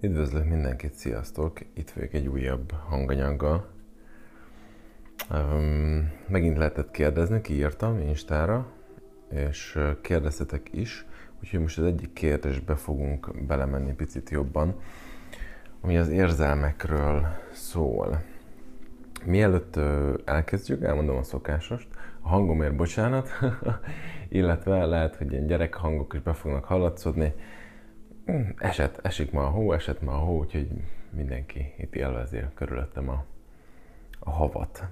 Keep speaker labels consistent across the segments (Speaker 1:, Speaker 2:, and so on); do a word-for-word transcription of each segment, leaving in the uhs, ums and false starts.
Speaker 1: Üdvözlök mindenkit, sziasztok! Itt vagyok egy újabb hanganyaggal. Um, megint lehetett kérdezni, kiírtam Instára, és kérdeztetek is, úgyhogy most az egyik kérdésbe fogunk belemenni picit jobban, ami az érzelmekről szól. Mielőtt elkezdjük, elmondom a szokásost, a hangomért bocsánat, illetve lehet, hogy ilyen gyerek hangok is be fognak hallatszódni. Esett, esik ma a hó, esett ma a hó, úgyhogy mindenki itt élvezi körülöttem a, a havat.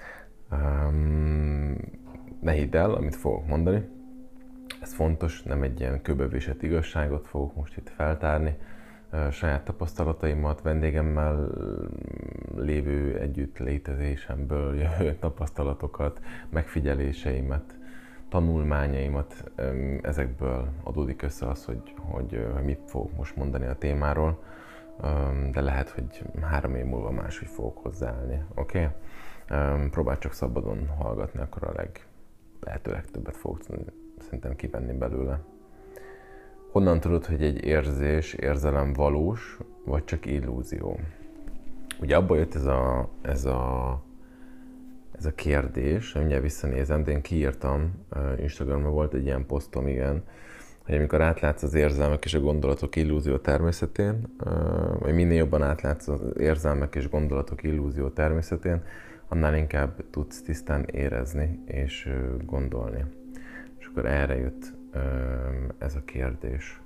Speaker 1: Um, ne hidd el, amit fogok mondani. Ez fontos, nem egy ilyen kőbevésett igazságot fogok most itt feltárni. Uh, saját tapasztalataimat, vendégemmel lévő együtt létezésemből jövő tapasztalatokat, megfigyeléseimet, tanulmányaimat, ezekből adódik össze az, hogy, hogy, hogy mit fogok most mondani a témáról, de lehet, hogy három év múlva máshogy fogok hozzáállni, oké? Okay? Próbálj csak szabadon hallgatni, akkor a leg, lehető legtöbbet fogok szerintem kivenni belőle. Honnan tudod, hogy egy érzés, érzelem valós, vagy csak illúzió? Ugye abból jött ez a, ez a Ez a kérdés, mindjárt visszanézem, de én kiírtam, Instagramon volt egy ilyen posztom, igen, hogy amikor átlátsz az érzelmek és a gondolatok illúzió természetén, vagy minél jobban átlátsz az érzelmek és gondolatok illúzió természetén, annál inkább tudsz tisztán érezni és gondolni. És akkor erre jött ez a kérdés.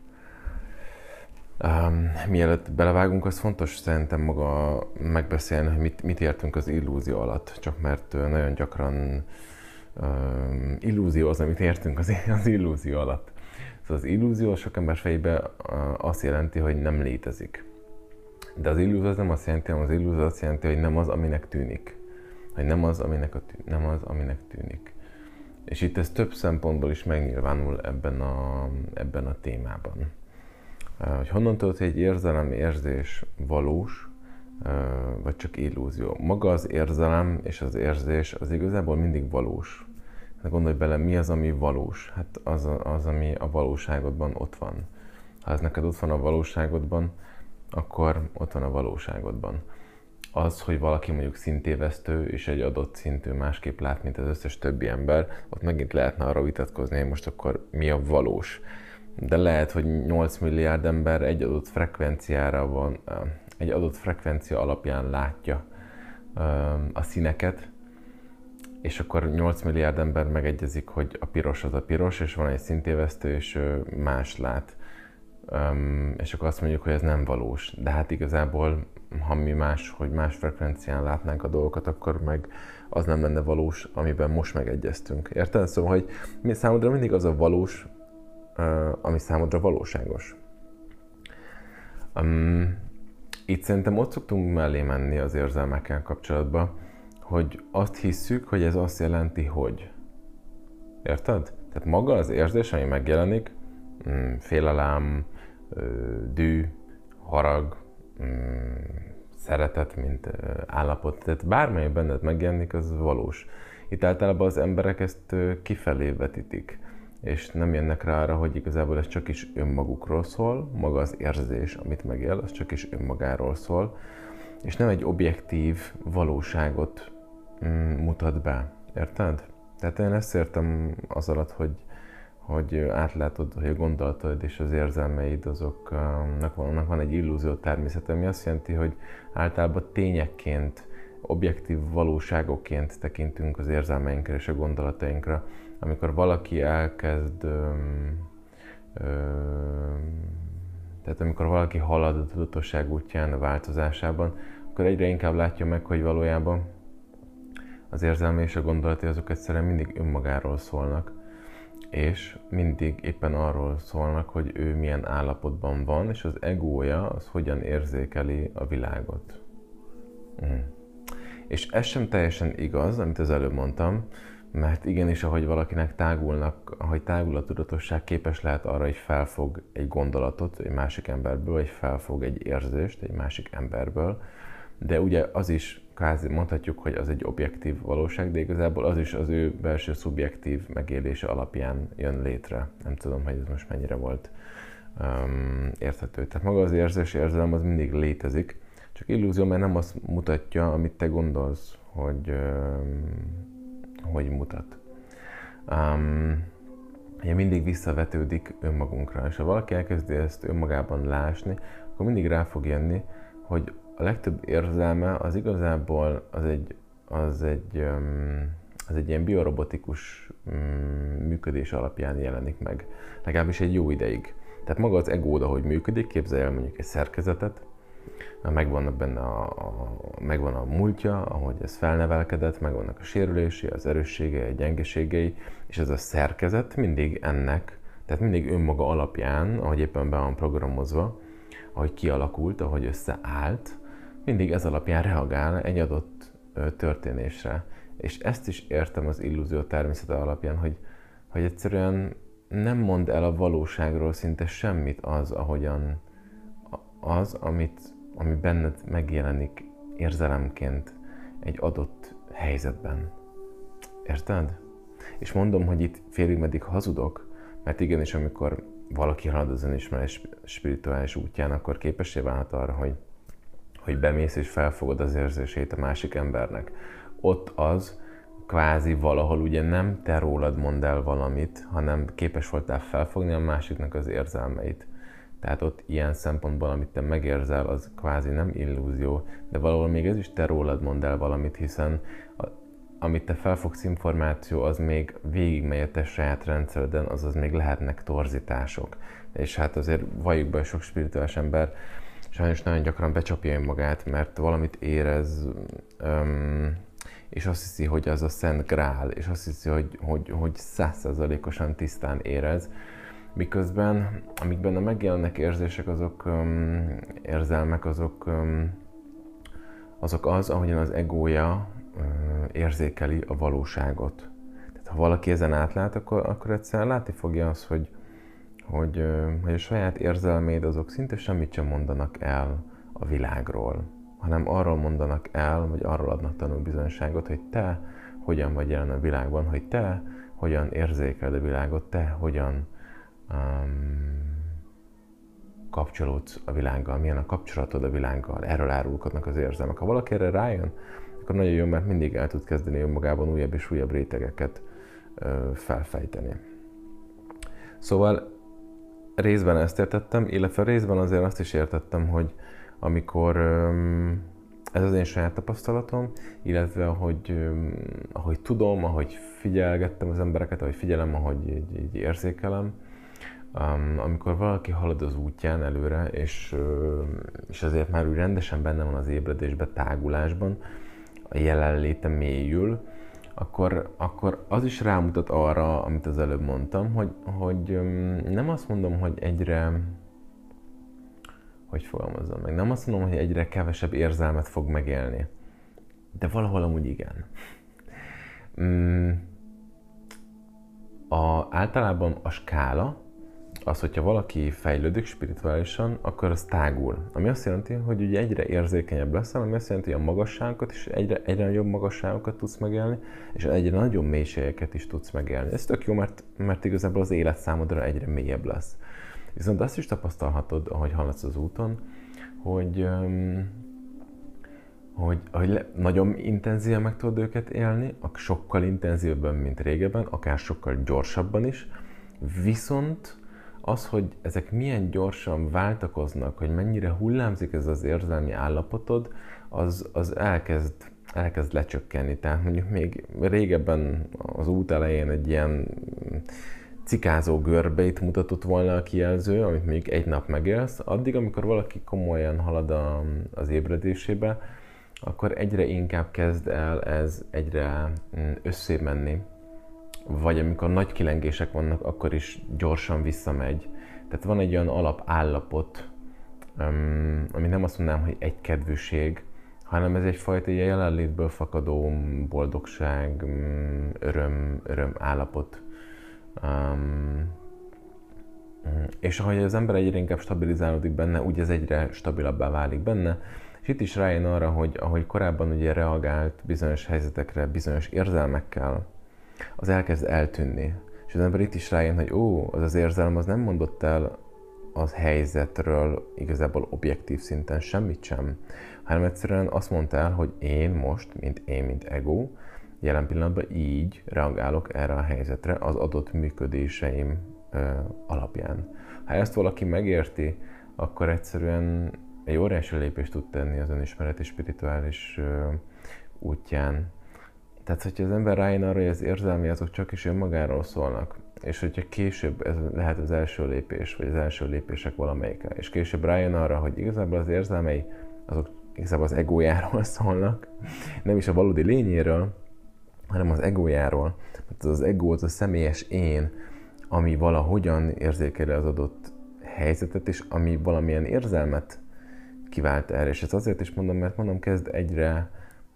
Speaker 1: Um, mielőtt belevágunk, az fontos szerintem maga megbeszélni, hogy mit, mit értünk az illúzió alatt, csak mert uh, nagyon gyakran um, illúzió az, amit értünk az, az illúzió alatt. Szóval az illúzió sok ember fejében uh, azt jelenti, hogy nem létezik. De az illúzió az nem azt jelenti, hanem az illúzió azt jelenti, hogy nem az, aminek tűnik. Hogy nem az, aminek, a tű, nem az, aminek tűnik. És itt ez több szempontból is megnyilvánul ebben a, ebben a témában. Hogy honnan tudod, hogy egy érzelem, érzés valós, vagy csak illúzió. Maga az érzelem és az érzés az igazából mindig valós. Gondolj bele, mi az, ami valós? Hát az, az, ami a valóságodban ott van. Ha ez neked ott van a valóságodban, akkor ott van a valóságodban. Az, hogy valaki mondjuk szintévesztő, és egy adott szintű másképp lát, mint az összes többi ember, ott megint lehetne arra vitatkozni, hogy most akkor mi a valós. De lehet, hogy nyolc milliárd ember egy adott frekvenciára van, egy adott frekvencia alapján látja a színeket, és akkor nyolc milliárd ember megegyezik, hogy a piros az a piros, és van egy színtévesztő, és más lát. És akkor azt mondjuk, hogy ez nem valós. De hát igazából, ha mi más, hogy más frekvencián látnánk a dolgokat, akkor meg az nem lenne valós, amiben most megegyeztünk. Érted? Szóval, hogy mi számodra mindig az a valós, Uh, ami számodra valóságos. Um, itt szerintem ott szoktunk mellé menni az érzelmekkel kapcsolatban, hogy azt hisszük, hogy ez azt jelenti, hogy. Érted? Tehát maga az érzés, ami megjelenik, um, félelem, uh, dű, harag, um, szeretet, mint uh, állapot, tehát bármely benned megjelenik, az valós. Itt általában az emberek ezt uh, kifelé vetítik, és nem jönnek rá arra, hogy igazából ez csak is önmagukról szól, maga az érzés, amit megél, az csak is önmagáról szól, és nem egy objektív valóságot mm, mutat be. Érted? Tehát én ezt értem az alatt, hogy, hogy átlátod, hogy a gondolataid és az érzelmeid azoknak van, annak van egy illúzió természete, ami azt jelenti, hogy általában tényekként, objektív valóságokként tekintünk az érzelmeinkre és a gondolatainkra. Amikor valaki elkezd, öm, öm, tehát amikor valaki halad a tudatosság útján, a változásában, akkor egyre inkább látja meg, hogy valójában az érzelme és a gondolatai azok egyszerűen mindig önmagáról szólnak, és mindig éppen arról szólnak, hogy ő milyen állapotban van, és az egója az hogyan érzékeli a világot. Mm. És ez sem teljesen igaz, amit az előbb mondtam, mert igenis, ahogy valakinek tágulnak, ahogy tágul a tudatosság, képes lehet arra, hogy felfog egy gondolatot egy másik emberből, vagy felfog egy érzést egy másik emberből, de ugye az is, kvázi mondhatjuk, hogy az egy objektív valóság, de igazából az is az ő belső szubjektív megélése alapján jön létre. Nem tudom, hogy ez most mennyire volt um, érthető. Tehát maga az érzés, érzelem az mindig létezik, csak illúzió, mert nem azt mutatja, amit te gondolsz, hogy, um, hogy mutat. Um, ugye mindig visszavetődik önmagunkra, és ha valaki elkezdi ezt önmagában lásni, akkor mindig rá fog jönni, hogy a legtöbb érzelme az igazából az egy, az egy, um, az egy ilyen biorobotikus um, működés alapján jelenik meg, legalábbis egy jó ideig. Tehát maga az egód, ahogy működik, képzelj el mondjuk egy szerkezetet, megvan benne a, a, megvan a múltja, ahogy ez felnevelkedett, megvannak a sérülései, az erősségei, a gyengeségei, és ez a szerkezet mindig ennek, tehát mindig önmaga alapján, ahogy éppen be van programozva, ahogy kialakult, ahogy összeállt, mindig ez alapján reagál egy adott történésre. És ezt is értem az illúzió természete alapján, hogy, hogy egyszerűen nem mond el a valóságról szinte semmit az, ahogyan az, amit, ami benned megjelenik érzelemként egy adott helyzetben. Érted? És mondom, hogy itt félig meddig hazudok, mert igenis, amikor valaki halad az önismerés spirituális útján, akkor képessé válhat arra, hogy, hogy bemész és felfogod az érzését a másik embernek. Ott az kvázi valahol ugye nem te rólad mondd el valamit, hanem képes voltál felfogni a másiknak az érzelmeit. Tehát ott ilyen szempontból, amit te megérzel, az kvázi nem illúzió, de valahol még ez is te rólad mondd el valamit, hiszen a, amit te felfogsz információ, az még végigmegy a te saját rendszereden, azaz még lehetnek torzítások. És hát azért valljuk be, sok spirituális ember sajnos nagyon gyakran becsapja önmagát, mert valamit érez, öm, és azt hiszi, hogy az a szent grál, és azt hiszi, hogy, hogy, hogy száz százalékosan tisztán érez, miközben, amik benne megjelennek érzések, azok, um, érzelmek, azok, um, azok az, ahogyan az egója uh, érzékeli a valóságot. Tehát ha valaki ezen átlát, akkor, akkor egyszerűen látni fogja azt, hogy, hogy, uh, hogy a saját érzelméd azok szinte semmit sem mondanak el a világról, hanem arról mondanak el, vagy arról adnak tanúbizonyságot, hogy te hogyan vagy jelen a világban, hogy te hogyan érzékeled a világot, te hogyan um, kapcsolódsz a világgal, milyen a kapcsolatod a világgal, erről árulkodnak az érzelmek. Ha valaki erre rájön, akkor nagyon jó, mert mindig el tud kezdeni önmagában újabb és újabb rétegeket ö, felfejteni. Szóval részben ezt értettem, illetve részben azért azt is értettem, hogy amikor um, ez az én saját tapasztalatom, illetve ahogy, um, ahogy tudom, ahogy figyelgettem az embereket, ahogy figyelem, ahogy így, így érzékelem, um, amikor valaki halad az útján előre, és, um, és azért már úgy rendesen benne van az ébredésben, tágulásban, a jelenléte mélyül, akkor, akkor az is rámutat arra, amit az előbb mondtam, hogy, hogy um, nem azt mondom, hogy egyre hogy fogalmazzam meg. Nem azt mondom, hogy egyre kevesebb érzelmet fog megélni. De valahol amúgy igen. Mm, a, általában a skála, az, hogyha valaki fejlődik spirituálisan, akkor az tágul. Ami azt jelenti, hogy ugye egyre érzékenyebb leszel, ami azt jelenti, hogy a magasságokat is egyre, egyre nagyobb magasságokat tudsz megélni, és egyre nagyobb mélységeket is tudsz megélni. Ez tök jó, mert, mert igazából az élet számodra egyre mélyebb lesz. Viszont azt is tapasztalhatod, ahogy haladsz az úton, hogy, hogy, hogy le, nagyon intenzíven meg tudod őket élni, sokkal intenzívebben, mint régebben, akár sokkal gyorsabban is, viszont az, hogy ezek milyen gyorsan váltakoznak, hogy mennyire hullámzik ez az érzelmi állapotod, az, az elkezd, elkezd lecsökkenni. Tehát mondjuk még régebben az út elején egy ilyen cikázó görbeit mutatott volna a kijelző, amit még egy nap megélsz, addig, amikor valaki komolyan halad a, az ébredésébe, akkor egyre inkább kezd el ez egyre összébb menni. Vagy amikor nagy kilengések vannak, akkor is gyorsan visszamegy. Tehát van egy olyan alapállapot, ami nem azt mondanám, hogy egykedvűség, hanem ez egyfajta jelenlétből fakadó boldogság, öröm, öröm állapot. Um, és ahogy az ember egyre inkább stabilizálódik benne, úgy ez egyre stabilabbá válik benne, és itt is rájön arra, hogy ahogy korábban ugye reagált bizonyos helyzetekre, bizonyos érzelmekkel, az elkezd eltűnni. És az ember itt is rájön, hogy ó, az az érzelem az nem mondott el az helyzetről igazából objektív szinten semmit sem, hanem egyszerűen azt mondta el, hogy én most, mint én, mint ego, jelen pillanatban így reagálok erre a helyzetre az adott működéseim ö, alapján. Ha ezt valaki megérti, akkor egyszerűen egy óriási lépést tud tenni az önismereti spirituális ö, útján. Tehát, hogyha az ember rájön arra, hogy az érzelmi azok csak is önmagáról szólnak, és hogyha később ez lehet az első lépés, vagy az első lépések valamelyike, és később rájön arra, hogy igazából az érzelmei azok igazából az egójáról szólnak, nem is a valódi lényéről, hanem az egójáról. Mert az egó az a személyes én, ami valahogyan érzékeli az adott helyzetet, és ami valamilyen érzelmet kivált erre. És ezt azért is mondom, mert mondom, kezd egyre,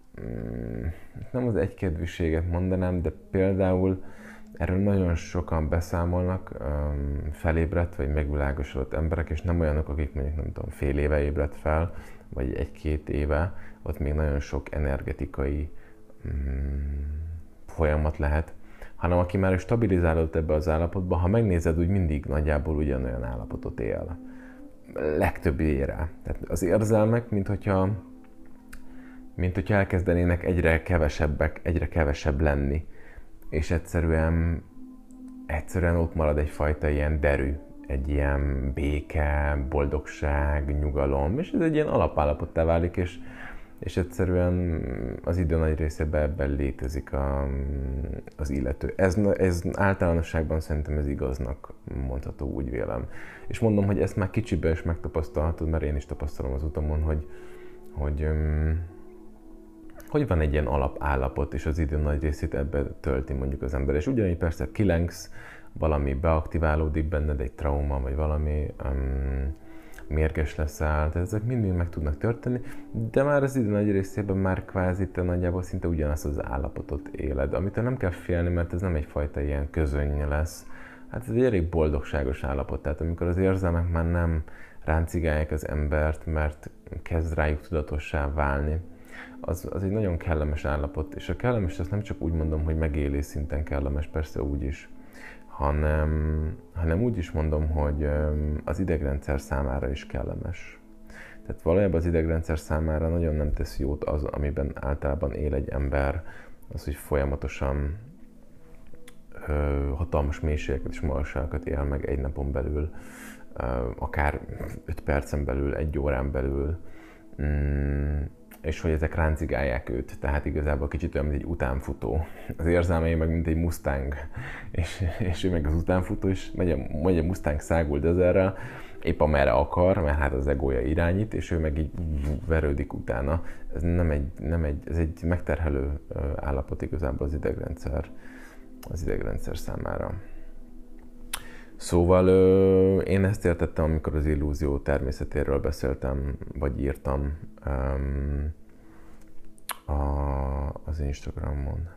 Speaker 1: nem az egykedvűséget mondanám, de például erről nagyon sokan beszámolnak, felébredt vagy megvilágosodott emberek, és nem olyanok, akik mondjuk nem tudom, fél éve ébredt fel, vagy egy-két éve, ott még nagyon sok energetikai mm, folyamat lehet, hanem aki már stabilizálódott ebbe az állapotba, ha megnézed, úgy mindig nagyjából ugyanolyan állapotot él. Legtöbbére. Tehát az érzelmek, mint hogyha, mint hogyha elkezdenének egyre kevesebbek, egyre kevesebb lenni. És egyszerűen, egyszerűen ott marad egyfajta ilyen derű, egy ilyen béke, boldogság, nyugalom, és ez egy ilyen alapállapottá válik, és, és egyszerűen az idő nagy részében ebben létezik a, az illető. Ez, ez általánosságban szerintem ez igaznak mondható, úgy vélem. És mondom, hogy ezt már kicsiben is megtapasztalhatod, mert én is tapasztalom az utamon, hogy, hogy hogy van egy ilyen alapállapot, és az idő nagy részét ebbe tölti mondjuk az ember. És ugyanígy persze kilengsz, valami beaktiválódik benned, egy trauma, vagy valami um, mérges leszel, tehát ezek mind meg tudnak történni, de már az idő nagy részében már kvázi te nagyjából szinte ugyanazt az állapotot éled, amitől nem kell félni, mert ez nem egyfajta ilyen közönny lesz. Hát ez egy elég boldogságos állapot, tehát amikor az érzelmek már nem ráncigálják az embert, mert kezd rájuk tudatossá válni, Az, az egy nagyon kellemes állapot, és a kellemes, azt nem csak úgy mondom, hogy megélés szinten kellemes, persze úgy is, hanem, hanem úgy is mondom, hogy az idegrendszer számára is kellemes. Tehát valójában az idegrendszer számára nagyon nem tesz jót az, amiben általában él egy ember, az, hogy folyamatosan ö, hatalmas mélységeket és magasságokat él meg egy napon belül, ö, akár öt percen belül, egy órán belül, mm, és hogy ezek ráncigálják őt, tehát igazából kicsit olyan, mint egy utánfutó. Az érzelmei meg, mint egy Mustang, és, és ő meg az utánfutó, és megy a, megy a Mustang száguld ezerrel, épp amerre akar, mert hát az egója irányít, és ő meg így verődik utána. Ez nem egy, nem egy, ez egy megterhelő állapot igazából az idegrendszer, az idegrendszer számára. Szóval ö, én ezt értettem, amikor az illúzió természetéről beszéltem, vagy írtam um, a, az Instagramon.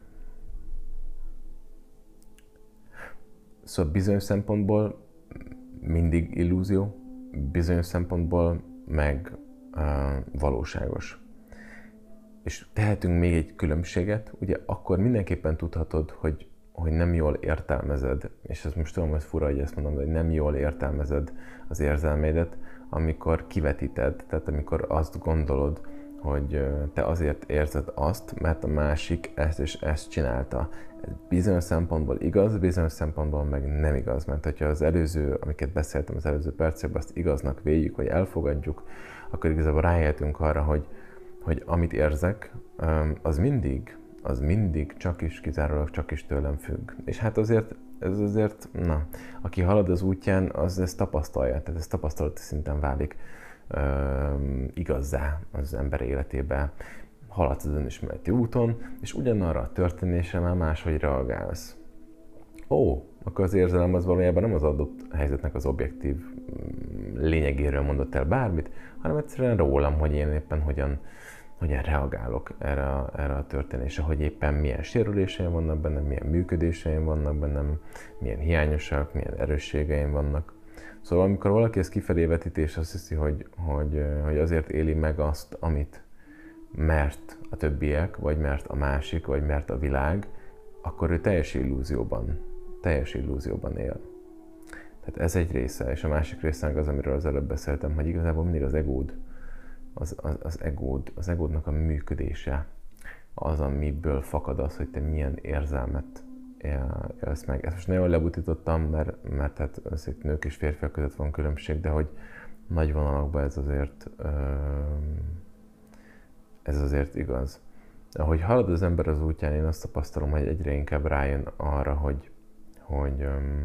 Speaker 1: Szóval bizonyos szempontból mindig illúzió, bizonyos szempontból meg uh, valóságos. És tehetünk még egy különbséget, ugye akkor mindenképpen tudhatod, hogy hogy nem jól értelmezed, és ez most tudom, hogy fura, hogy ezt mondom, de hogy nem jól értelmezed az érzelmédet, amikor kivetíted, tehát amikor azt gondolod, hogy te azért érzed azt, mert a másik ezt és ezt csinálta. Ez bizonyos szempontból igaz, bizonyos szempontból meg nem igaz, mert hogyha az előző, amiket beszéltem az előző percekben, azt igaznak véljük, vagy elfogadjuk, akkor igazából rájöhetünk arra, hogy, hogy amit érzek, az mindig, az mindig csak is, kizárólag csak is tőlem függ. És hát azért, ez azért, na, aki halad az útján, az ezt tapasztalja, tehát ez tapasztalati szinten válik uh, igazzá az ember életébe. Haladsz az önismereti úton, és ugyanarra a történésre már máshogy reagálsz. Ó, akkor az érzelem az valójában nem az adott helyzetnek az objektív lényegéről mondott el bármit, hanem egyszerűen rólam, hogy én éppen hogyan hogyan reagálok erre a, erre a történésre, hogy éppen milyen sérüléseim vannak bennem, milyen működéseim vannak bennem, milyen hiányosak, milyen erősségeim vannak. Szóval amikor valaki ezt kifelé vetíti, és azt hiszi, hogy, hogy, hogy azért éli meg azt, amit mert a többiek, vagy mert a másik, vagy mert a világ, akkor ő teljes illúzióban, teljes illúzióban él. Tehát ez egy része, és a másik része meg az, amiről az előbb beszéltem, hogy igazából mindig az egód, az, az, az, egód, az egódnak a működése az, amiből fakad az, hogy te milyen érzelmet élsz meg. Ezt most nagyon lebutítottam, mert, mert hát az nők és férfiak között van különbség, de hogy nagy vonalakban ez azért, ez azért igaz. Ahogy halad az ember az útján, én azt tapasztalom, hogy egyre inkább rájön arra, hogy, hogy,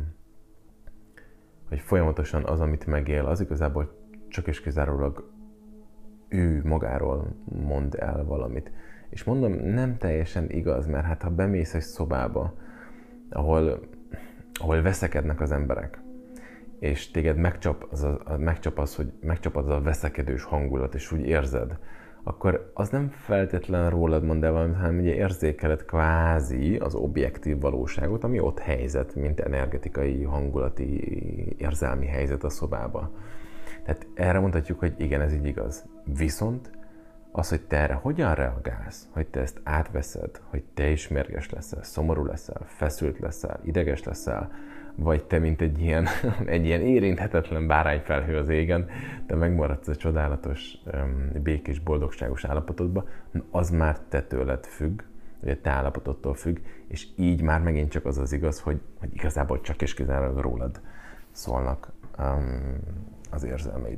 Speaker 1: hogy folyamatosan az, amit megél, az igazából csak és kizárólag ő magáról mond el valamit. És mondom, nem teljesen igaz, mert hát ha bemész egy szobába, ahol, ahol veszekednek az emberek, és téged megcsap az, a, megcsap az, hogy megcsapad az a veszekedős hangulat, és úgy érzed, akkor az nem feltétlen rólad mond el valamit, hanem ugye érzékeled kvázi az objektív valóságot, ami ott helyzet, mint energetikai, hangulati, érzelmi helyzet a szobába. Tehát erre mondhatjuk, hogy igen, ez így igaz. Viszont az, hogy te erre hogyan reagálsz, hogy te ezt átveszed, hogy te is mérges leszel, szomorú leszel, feszült leszel, ideges leszel, vagy te, mint egy ilyen, egy ilyen érinthetetlen bárányfelhő az égen, te megmaradsz a csodálatos, békés, boldogságos állapotodba, az már te tőled függ, vagy a te állapotodtól függ, és így már megint csak az az igaz, hogy, hogy igazából csak és kizárólag rólad szólnak um, az érzelmeid.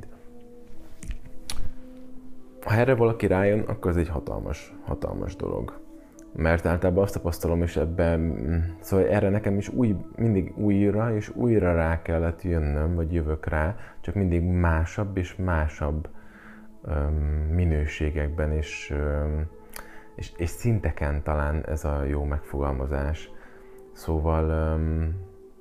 Speaker 1: Ha erre valaki rájön, akkor ez egy hatalmas, hatalmas dolog. Mert általában azt tapasztalom, és ebben, szóval erre nekem is új, mindig újra és újra rá kellett jönnöm, vagy jövök rá, csak mindig másabb és másabb öm, minőségekben és, öm, és, és szinteken talán ez a jó megfogalmazás. Szóval, öm,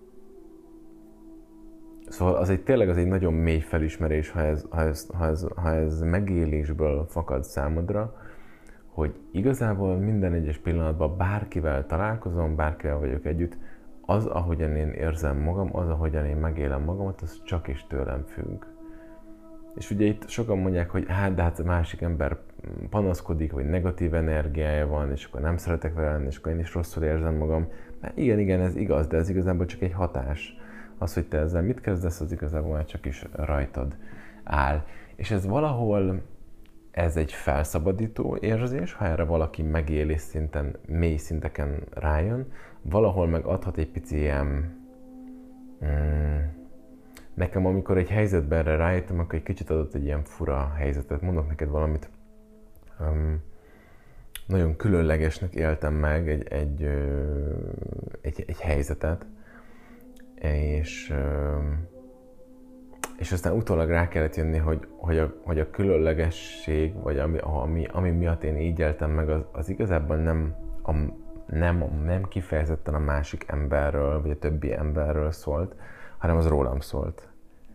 Speaker 1: szóval az egy, tényleg az egy nagyon mély felismerés, ha ez, ha ez, ha ez, ha ez megélésből fakad számodra, hogy igazából minden egyes pillanatban bárkivel találkozom, bárkivel vagyok együtt, az, ahogyan én érzem magam, az, ahogyan én megélem magamat, az csak is tőlem függ. És ugye itt sokan mondják, hogy hát, de hát a másik ember panaszkodik, vagy negatív energiája van, és akkor nem szeretek vele lenni, és akkor én is rosszul érzem magam. Hát igen, igen, ez igaz, de ez igazából csak egy hatás. Az, hogy te ezzel mit kezdesz, az igazából már csak is rajtad áll. És ez valahol ez egy felszabadító érzés, ha erre valaki megélés szinten, mély szinteken rájön, valahol meg adhat egy pici ilyen... Mm, nekem amikor egy helyzetben erre rájöttem, akkor egy kicsit adott egy ilyen fura helyzetet. Mondok neked valamit. Um, nagyon különlegesnek éltem meg egy, egy, egy, egy helyzetet, és... És aztán utólag rá kellett jönni, hogy, hogy, a, hogy a különlegesség, vagy ami, ami, ami miatt én így éltem meg, az, az igazából nem, a, nem, nem kifejezetten a másik emberről, vagy a többi emberről szólt, hanem az rólam szólt.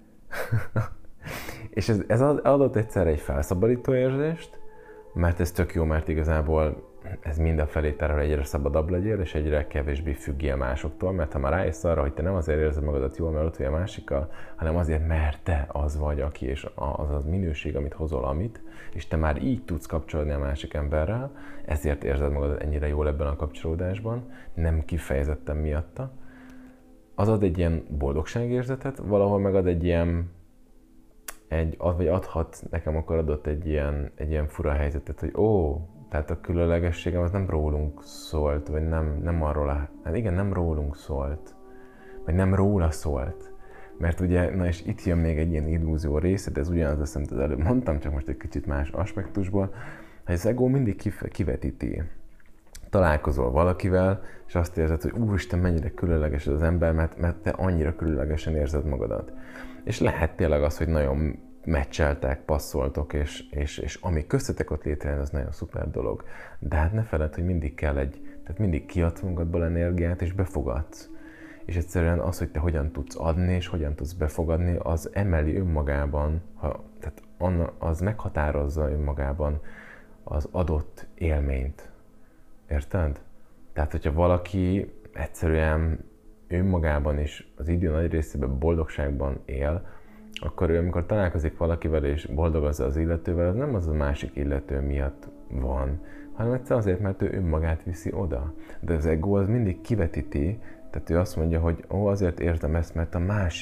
Speaker 1: És ez, ez adott egyszerre egy felszabadító érzést, mert ez tök jó, mert igazából ez mindenfelé terül, hogy egyre szabadabb legyél, és egyre kevésbé függél másoktól, mert ha már rájössz arra, hogy te nem azért érzed magadat jól, mert ott vagy a másikkal, hanem azért, mert te az vagy, aki, és az az minőség, amit hozol, amit, és te már így tudsz kapcsolódni a másik emberrel, ezért érzed magadat ennyire jól ebben a kapcsolódásban, nem kifejezetten miatta. Az ad egy ilyen boldogságérzetet, valahol megad egy ilyen, egy, ad, vagy adhat, nekem akkor adott egy ilyen, egy ilyen fura helyzetet, hogy ó, tehát a különlegességem az nem rólunk szólt, vagy nem, nem arról, a, hát igen, nem rólunk szólt, vagy nem róla szólt. Mert ugye, na és itt jön még egy ilyen illúzió része, de ez ugyanaz azt, amit az előbb mondtam, csak most egy kicsit más aspektusból, hogy az ego mindig kif- kivetíti. Találkozol valakivel, és azt érzed, hogy úristen, mennyire különleges ez az ember, mert, mert te annyira különlegesen érzed magadat. És lehet tényleg az, hogy nagyon meccseltek, passzoltok, és, és, és ami köztetek ott létrejön, az nagyon szuper dolog. De hát ne feledd, hogy mindig kell egy, tehát mindig kiadsz magadból energiát, és befogadsz. És egyszerűen az, hogy te hogyan tudsz adni, és hogyan tudsz befogadni, az emeli önmagában, ha, tehát anna, az meghatározza önmagában az adott élményt. Érted? Tehát, hogyha valaki egyszerűen önmagában is az idő nagy részében boldogságban él, akkor ő, amikor találkozik valakivel és boldog az az illetővel, az nem az a másik illető miatt van, hanem egyszer azért, mert ő önmagát viszi oda. De az ego az mindig kivetíti, tehát ő azt mondja, hogy ó, azért érzem ezt, mert a másik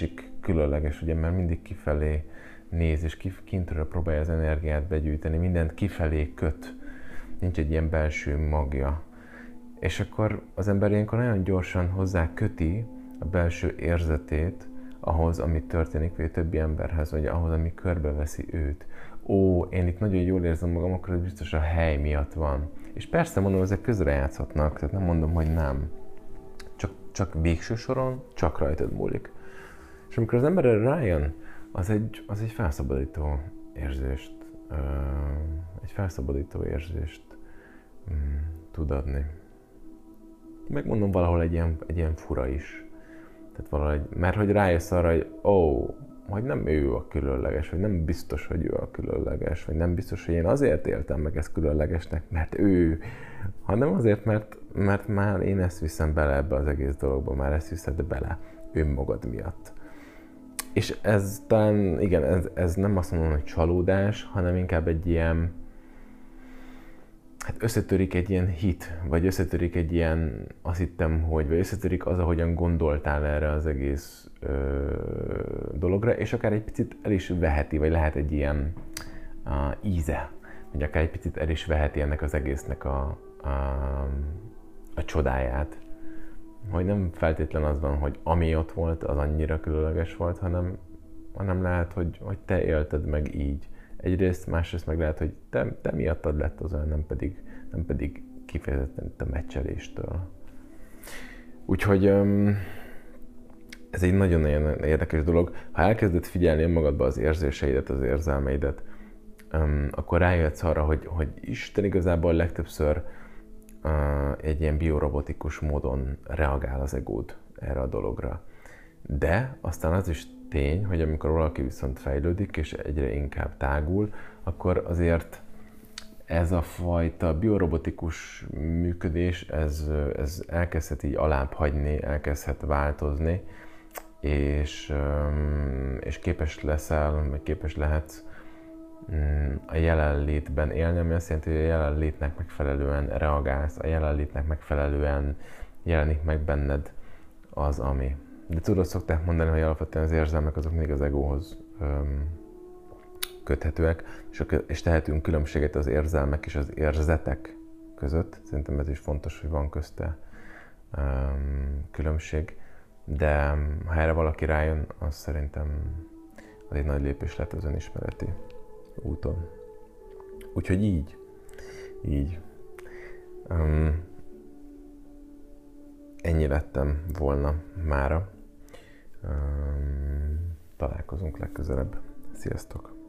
Speaker 1: különleges, ugye, mert mindig kifelé néz, és kintről próbálja az energiát begyűjteni, mindent kifelé köt. Nincs egy ilyen belső magja. És akkor az ember ilyenkor nagyon gyorsan hozzá köti a belső érzetét ahhoz, ami történik, vagy a többi emberhez, vagy ahhoz, ami körbeveszi őt. Ó, én itt nagyon jól érzem magam, akkor ez biztos a hely miatt van. És persze mondom, ezek közrejátszhatnak, tehát nem mondom, hogy nem. Csak, csak végső soron csak rajtad múlik. És amikor az ember erre rájön, az egy, az egy felszabadító érzést, uh, egy felszabadító érzést um, tud adni. Megmondom, valahol egy ilyen, egy ilyen fura is. Tehát valahogy, mert hogy rájössz arra, hogy ó, oh, hogy nem ő a különleges, vagy nem biztos, hogy ő a különleges, vagy nem biztos, hogy én azért éltem meg ezt különlegesnek, mert ő, hanem azért, mert, mert már én ezt viszem bele ebbe az egész dologba, már ezt viszed bele önmagad miatt. És ez talán, igen, ez, ez nem azt mondom, hogy csalódás, hanem inkább egy ilyen, hát összetörik egy ilyen hit, vagy összetörik egy ilyen, azt hittem, hogy, vagy összetörik az, ahogyan gondoltál erre az egész ö, dologra, és akár egy picit el is veheti, vagy lehet egy ilyen uh, íze, vagy akár egy picit el is veheti ennek az egésznek a, a, a csodáját. Hogy nem feltétlen az van, hogy ami ott volt, az annyira különleges volt, hanem, hanem lehet, hogy, hogy te élted meg így. Egyrészt, másrészt meg lehet, hogy te, te miattad lett az olyan, nem pedig, nem pedig kifejezetten a meccseléstől. Úgyhogy ez egy nagyon-nagyon érdekes dolog. Ha elkezded figyelni magadba az érzéseidet, az érzelmeidet, akkor rájöhetsz arra, hogy, hogy Isten igazából legtöbbször egy ilyen biorobotikus módon reagál az egód erre a dologra. De aztán az is tény, hogy amikor valaki viszont fejlődik, és egyre inkább tágul, akkor azért ez a fajta biorobotikus működés, ez, ez elkezdhet így alább hagyni, elkezdhet változni, és, és képes leszel, vagy képes lehetsz a jelenlétben élni, ami azt jelenti, hogy a jelenlétnek megfelelően reagálsz, a jelenlétnek megfelelően jelenik meg benned az, ami. De tudod, szokták mondani, hogy alapvetően az érzelmek azok még az egóhoz öm, köthetőek, és, és tehetünk különbséget az érzelmek és az érzetek között. Szerintem ez is fontos, hogy van közte öm, különbség, de ha erre valaki rájön, az szerintem az egy nagy lépés lett az önismereti úton. Úgyhogy így, így. Um, ennyi lettem volna mára. Um, találkozunk legközelebb. Sziasztok!